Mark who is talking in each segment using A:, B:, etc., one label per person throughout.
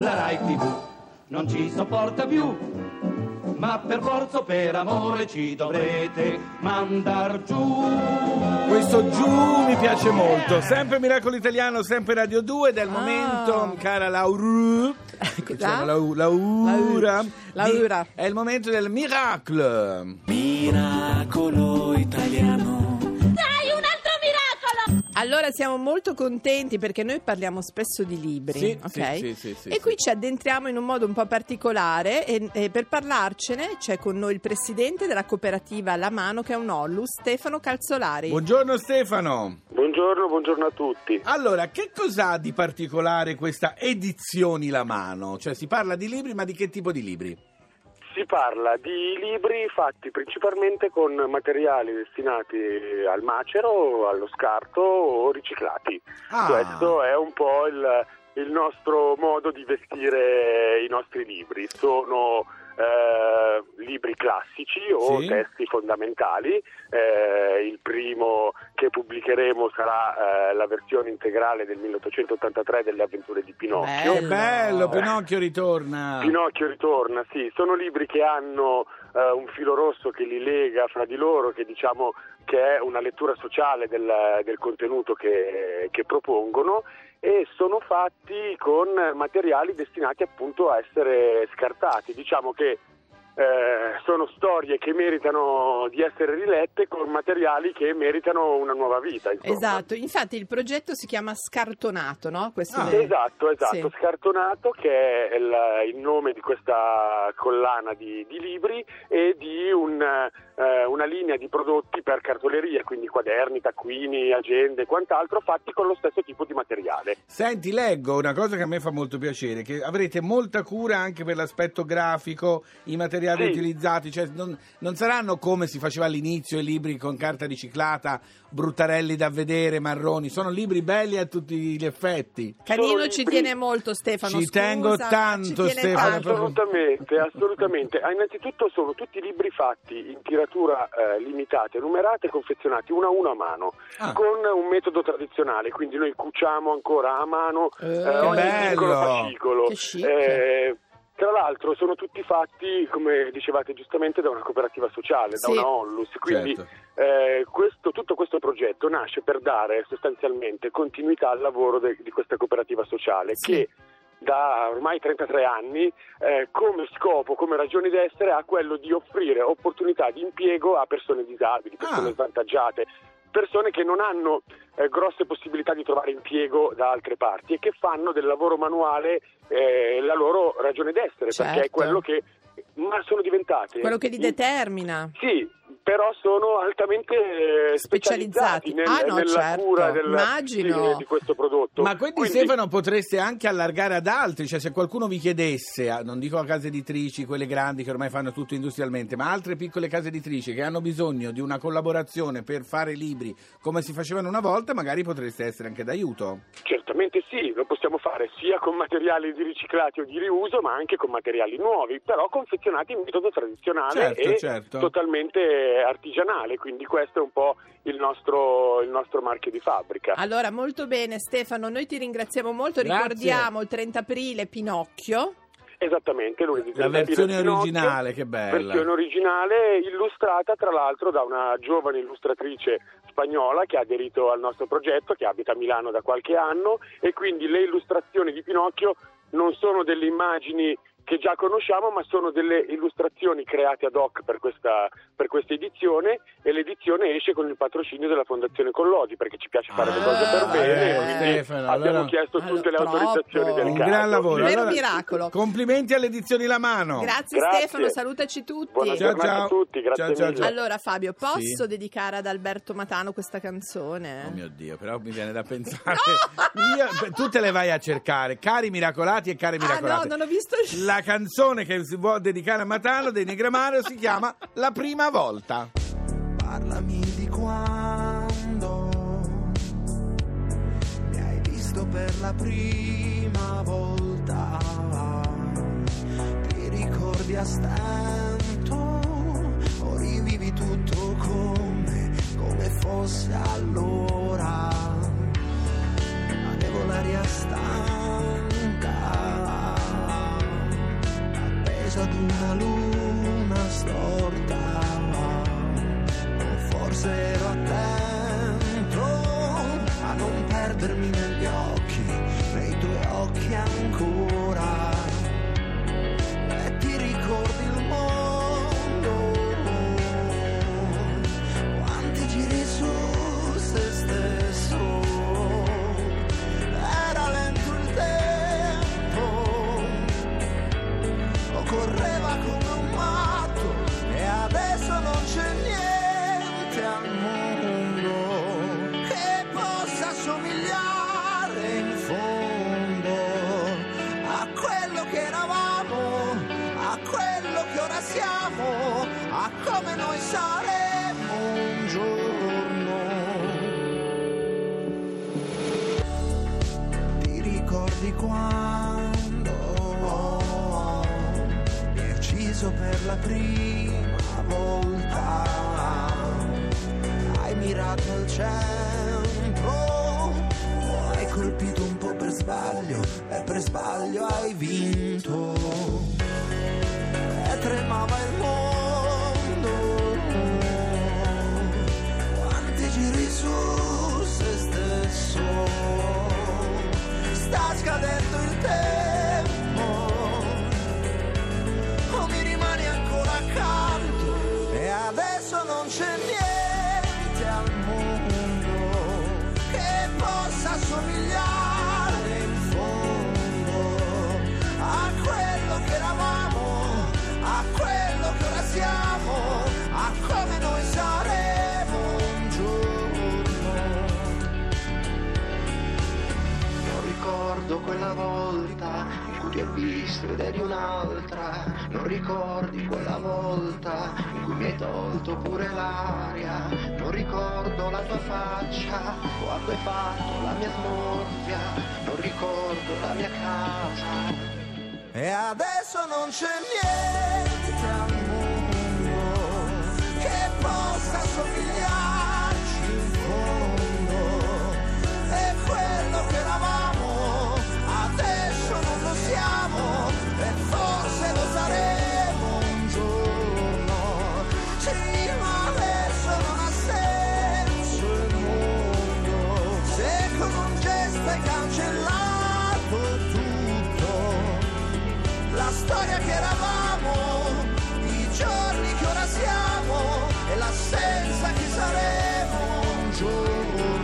A: La Rai TV non ci sopporta più, ma per forza o per amore ci dovrete mandar giù.
B: Questo giù mi piace molto. Sempre Miracolo Italiano, sempre Radio 2, ed è il momento, cara Laura.
C: Laura.
B: È il momento del Miracle.
D: Miracolo Italiano.
C: Allora siamo molto contenti perché noi parliamo spesso di libri,
B: Sì,
C: ok?
B: sì,
C: E qui ci addentriamo in un modo un po' particolare e per parlarcene c'è con noi il presidente della cooperativa La Mano, che è un Onlus, Stefano Calzolari.
B: Buongiorno Stefano.
E: Buongiorno a tutti.
B: Allora, che cos'ha di particolare questa Edizioni La Mano? Cioè si parla di libri, ma di che tipo di libri?
E: Si parla di libri fatti principalmente con materiali destinati al macero, allo scarto o riciclati. Questo è un po' il nostro modo di vestire i nostri libri. Sono libri classici o testi fondamentali. Il primo che pubblicheremo sarà la versione integrale del 1883 delle avventure di Pinocchio.
B: Che bello, Pinocchio ritorna.
E: Pinocchio ritorna, sì. Sono libri che hanno un filo rosso che li lega fra di loro, che diciamo che è una lettura sociale del contenuto che propongono, e sono fatti con materiali destinati appunto a essere scartati. Diciamo che sono storie che meritano di essere rilette con materiali che meritano una nuova vita, insomma.
C: Esatto, infatti il progetto si chiama Scartonato, no?
E: Esatto,
C: Sì.
E: Scartonato, che è il nome di questa collana di libri e di una linea di prodotti per cartoleria, quindi quaderni, taccuini, agende e quant'altro, fatti con lo stesso tipo di materiale.
B: Senti, leggo una cosa che a me fa molto piacere, che avrete molta cura anche per l'aspetto grafico, i materiali utilizzati, cioè non saranno come si faceva all'inizio i libri con carta riciclata, bruttarelli da vedere, marroni, sono libri belli a tutti gli effetti.
C: Canino ci tiene molto, Stefano.
B: Ci tengo tanto, Stefano.
E: Assolutamente. Innanzitutto sono tutti libri fatti in tiratura limitata, numerate e confezionati uno a uno a mano, con un metodo tradizionale, quindi noi cuciamo ancora a mano ogni piccolo fascicolo.
C: Che chic.
E: Tra l'altro sono tutti fatti, come dicevate giustamente, da una cooperativa sociale, da una Onlus, quindi tutto questo progetto nasce per dare sostanzialmente continuità al lavoro di questa cooperativa sociale, che da ormai 33 anni come scopo, come ragione d'essere, ha quello di offrire opportunità di impiego a persone disabili, persone svantaggiate, persone che non hanno grosse possibilità di trovare impiego da altre parti e che fanno del lavoro manuale la loro ragione d'essere, perché è quello che sono diventate.
C: Quello che li determina.
E: Sì, però sono altamente specializzati nella cura di questo prodotto.
B: Ma quindi Stefano, potreste anche allargare ad altri, cioè se qualcuno vi chiedesse, non dico a case editrici, quelle grandi che ormai fanno tutto industrialmente, ma altre piccole case editrici che hanno bisogno di una collaborazione per fare libri come si facevano una volta, magari potreste essere anche d'aiuto.
E: Certamente sì, lo possiamo fare sia con materiali di riciclati o di riuso, ma anche con materiali nuovi, però confezionati in metodo tradizionale totalmente artigianale, quindi questo è un po' il nostro marchio di fabbrica.
C: Allora, molto bene Stefano, noi ti ringraziamo molto.
B: Grazie.
C: Ricordiamo il 30 aprile Pinocchio.
E: Esattamente,
B: la versione originale, che bella.
E: Versione originale, illustrata tra l'altro da una giovane illustratrice spagnola che ha aderito al nostro progetto, che abita a Milano da qualche anno, e quindi le illustrazioni di Pinocchio non sono delle immagini che già conosciamo, ma sono delle illustrazioni create ad hoc per questa edizione, e l'edizione esce con il patrocinio della Fondazione Collodi, perché ci piace fare le cose per bene, quindi
B: Stefano,
E: abbiamo chiesto tutte le autorizzazioni del
B: un
E: caso.
B: gran lavoro.
C: Un vero miracolo.
B: Complimenti alle Edizioni La Mano.
C: Grazie Stefano, salutaci tutti.
E: Buona giornata a tutti, grazie mille.
C: Allora Fabio, posso dedicare ad Alberto Matano questa canzone?
B: Oh mio Dio, però mi viene da pensare. Tu te le vai a cercare, cari miracolati e care miracolate.
C: No, non ho visto.
B: La canzone che si vuole dedicare a Matano dei Negramaro si chiama La prima volta.
D: Parlami di quando mi hai visto per la prima volta. Ti ricordi a stento o rivivi tutto come fosse allora. Avevo l'aria stanca una luna storta, forse ero attento a non perdermi negli occhi, nei tuoi occhi ancora, e ti ricordi il mondo, quanti giri su se stesso, era lento il tempo, correva come un matto, e adesso non c'è niente al mondo che possa somigliare in fondo a quello che eravamo, a quello che ora siamo, a come noi saremo un giorno. Ti ricordi quando mi hai ucciso per la prima volta, hai mirato al centro, hai colpito un po' per sbaglio e per sbaglio hai vinto, e tremava il mondo, quanti giri su se stesso, sta scadendo il tempo, o mi rimani ancora accanto, e adesso non c'è niente al mondo che possa somigliare in fondo a quello che eravamo, a quello che ora siamo, a come noi saremo un giorno. Non ricordo quella volta in cui ti ho visto ed eri un'altra, non ricordi quella volta in cui mi hai tolto pure l'aria, non ricordo la tua faccia quando hai fatto la mia smorfia, non ricordo la mia casa, e adesso non c'è niente al mondo che possa somigliarci in fondo, e quello che eravamo adesso non lo siamo, e forse lo saremo un giorno. Sì, ma adesso non ha senso il mondo, se con un gesto hai cancellato tutto, la storia che eravamo, i giorni che ora siamo, e l'assenza che saremo un giorno.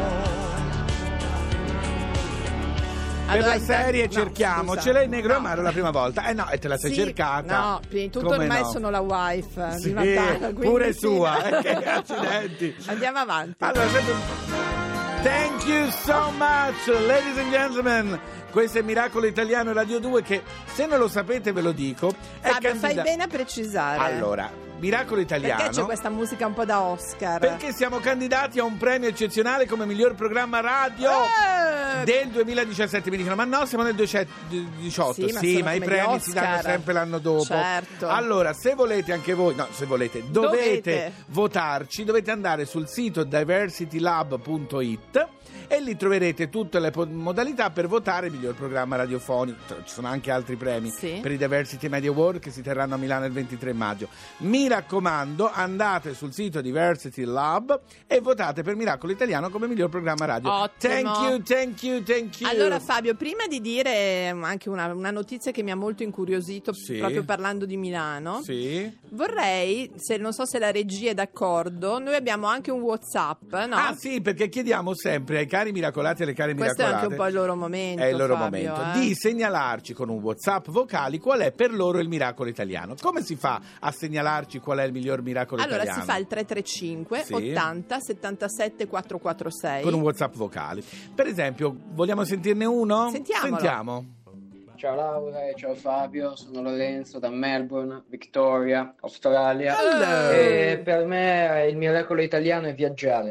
B: Per
C: Allora,
B: la serie cerchiamocela in negro e
C: no.
B: amaro la prima volta. No, e te la sei
C: Sì,
B: cercata.
C: No, prima di tutto
B: Come
C: ormai
B: no?
C: sono la wife
B: Sì,
C: di Natale, quindi
B: pure
C: sì.
B: sua, che accidenti.
C: Andiamo avanti.
B: Allora, thank you so much, ladies and gentlemen. Questo è Miracolo Italiano Radio 2 che, se non lo sapete ve lo dico, è
C: Fabio, fai bene a precisare.
B: Allora, Miracolo Italiano.
C: Perché c'è questa musica un po' da Oscar?
B: Perché siamo candidati a un premio eccezionale come miglior programma radio del 2017. Mi dicono, ma no, siamo nel 2018.
C: Sì, ma
B: Sì,
C: sono
B: ma i
C: come
B: premi
C: gli
B: si danno
C: Oscar.
B: sempre l'anno dopo.
C: Certo.
B: Allora, se volete anche voi, no, se volete, dovete votarci, dovete andare sul sito diversitylab.it e lì troverete tutte le modalità per votare il miglior programma radiofonico. Ci sono anche altri premi per i Diversity Media Award che si terranno a Milano il 23 maggio. Mi raccomando, andate sul sito Diversity Lab e votate per Miracolo Italiano come miglior programma radio.
C: Ottimo.
B: Thank you.
C: Allora Fabio, prima di dire anche una notizia che mi ha molto incuriosito, proprio parlando di Milano, vorrei, non so se la regia è d'accordo, noi abbiamo anche un WhatsApp, no?
B: Ah sì, perché chiediamo sempre ai cari miracolati e alle care
C: Questo
B: miracolate,
C: è anche un po' il loro momento,
B: è il loro
C: Fabio,
B: momento di segnalarci con un WhatsApp vocali qual è per loro il miracolo italiano. Come si fa a segnalarci qual è il miglior miracolo italiano?
C: Allora si fa il 335 80 77 446
B: con un WhatsApp vocale. Per esempio, vogliamo sentirne uno? Sentiamo.
F: Ciao Laura e ciao Fabio, sono Lorenzo da Melbourne, Victoria, Australia.
B: Hello.
F: E per me il miracolo italiano è viaggiare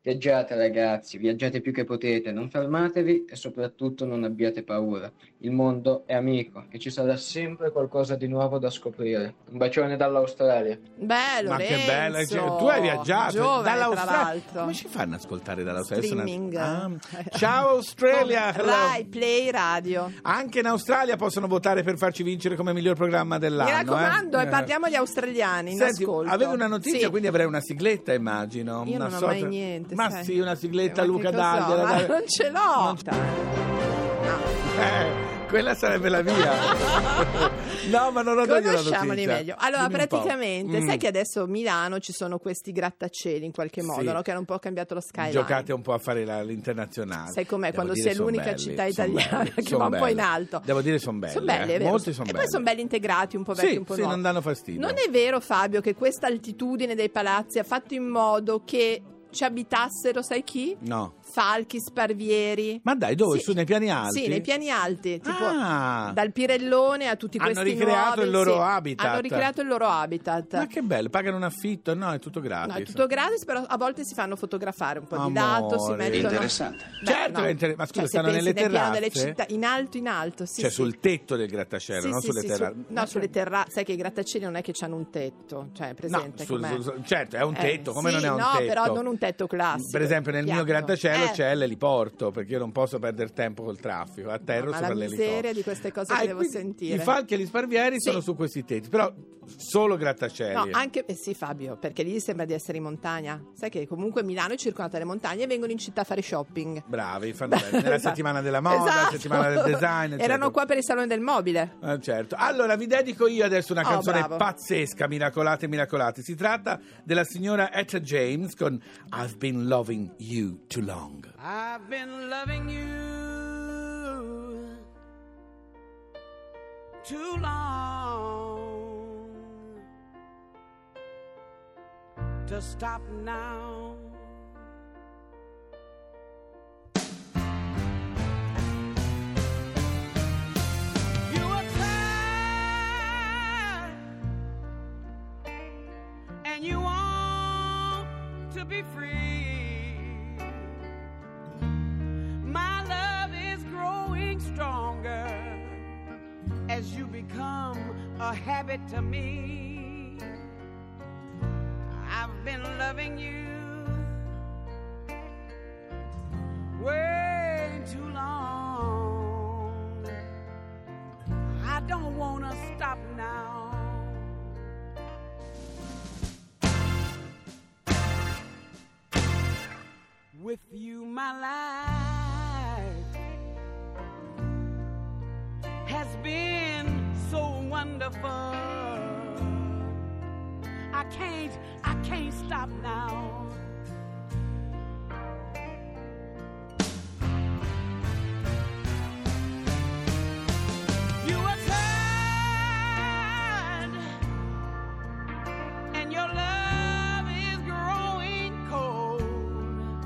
F: Viaggiate ragazzi, viaggiate più che potete, non fermatevi e soprattutto non abbiate paura. Il mondo è amico e ci sarà sempre qualcosa di nuovo da scoprire. Un bacione dall'Australia.
C: Bello,
B: ma che bello,
C: Renzo.
B: tu hai viaggiato
C: Giovane,
B: dall'Australia.
C: tra l'altro.
B: Come ci fanno ad ascoltare dall'Australia?
C: Streaming.
B: Ciao Australia.
C: Rai Play Radio.
B: Anche in Australia possono votare per farci vincere come miglior programma dell'anno.
C: Mi raccomando, parliamo agli australiani in
B: Senti,
C: ascolto.
B: avevo una notizia,
C: sì.
B: quindi avrei una sigletta, immagino.
C: Io non ho mai niente.
B: Ma
C: sai.
B: sì, una sigletta
C: Ma
B: Luca
C: che cosa
B: Daglia.
C: so? Ma non ce l'ho.
B: Quella sarebbe la mia. No, ma non ho dato la notizia.
C: Conosciamoli meglio. Allora,
B: Dimmi
C: praticamente, sai che adesso a Milano ci sono questi grattacieli in qualche modo,
B: Sì.
C: no? Che hanno un po' cambiato lo skyline.
B: Giocate un po' a fare l'internazionale.
C: Sai com'è?
B: Devo
C: Quando
B: dire,
C: sei
B: son
C: l'unica
B: belli,
C: città
B: son
C: italiana
B: belli,
C: che
B: son
C: va un po'
B: belli.
C: in alto.
B: Devo dire sono belli.
C: Sono belli, è vero.
B: Molti sono
C: E
B: belli.
C: poi sono belli integrati, un po' vecchi,
B: Sì,
C: un po'
B: sì,
C: nuovi.
B: non danno fastidio.
C: Non è vero, Fabio, che questa altitudine dei palazzi ha fatto in modo che ci abitassero, sai chi?
B: No.
C: Falchi, sparvieri.
B: Ma dai, dove?
C: Sì.
B: Su nei piani alti?
C: Sì, nei piani alti, tipo
B: Ah.
C: dal Pirellone a tutti
B: Hanno
C: questi
B: ricreato
C: nuovi,
B: il loro
C: sì,
B: habitat.
C: Hanno ricreato il loro habitat.
B: Ma che bello, pagano un affitto? No, è tutto gratis.
C: No, è tutto gratis, però a volte si fanno fotografare un po' di lato, si
B: Amore.
C: mettono...
G: Interessante.
B: Certo che è ma scusa,
C: Cioè, se
B: stanno
C: pensi
B: nelle
C: nel piano
B: terrazze?
C: delle città, in alto, sì.
B: Cioè
C: sì.
B: sul tetto del grattacielo,
C: Sì,
B: non
C: sì,
B: sulle
C: sì,
B: terrazze.
C: no, sulle terrazze, sai che i grattacieli non è che hanno un tetto, cioè è presente com'è?
B: Certo, è un tetto, come
C: sì,
B: non è un
C: no,
B: tetto?
C: però non un tetto classico.
B: Per esempio nel mio
C: chiaro.
B: grattacielo c'è li porto, perché io non posso perdere tempo col traffico, atterro
C: Ma
B: sopra
C: la
B: l'elicottero.
C: miseria di queste cose che
B: e
C: devo
B: quindi
C: sentire.
B: I falchi e gli sparvieri
C: Sì.
B: sono su questi tetti, però solo grattacieli.
C: No, anche sì, Fabio, perché lì sembra di essere in montagna. Sai che comunque Milano è circondata dalle montagne e vengono in città a fare shopping.
B: Bravi, fanno bene. Nella settimana della moda,
C: Esatto.
B: settimana del design, eccetera.
C: Erano qua per il salone del mobile.
B: Certo. Allora vi dedico io adesso una canzone
C: bravo.
B: pazzesca, miracolate e miracolate. Si tratta della signora Etta James con I've Been Loving You Too Long.
H: I've been loving you too long to stop now. You are tired and you want to be free. My love is growing stronger as you become a habit to me. I've been loving you way too long. I don't wanna stop now. With you, my life has been so wonderful. I can't stop now. You are tired, and your love is growing cold.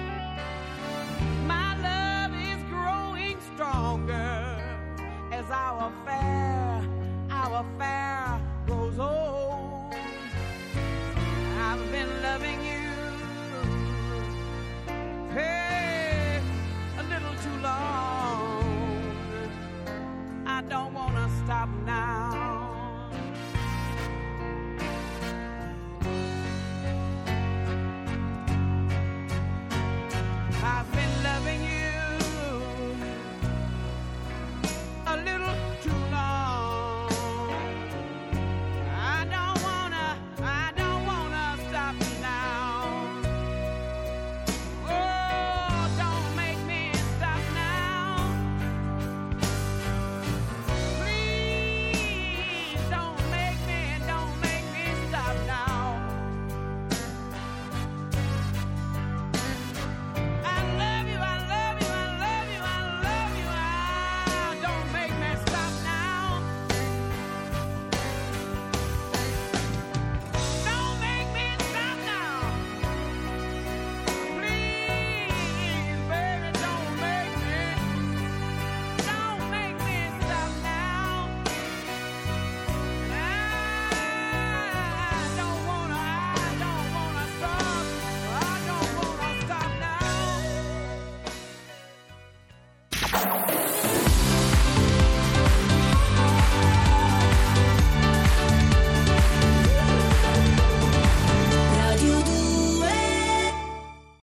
H: My love is growing stronger as our affair grows old. I've been loving you, hey, a little too long. I don't wanna stop now.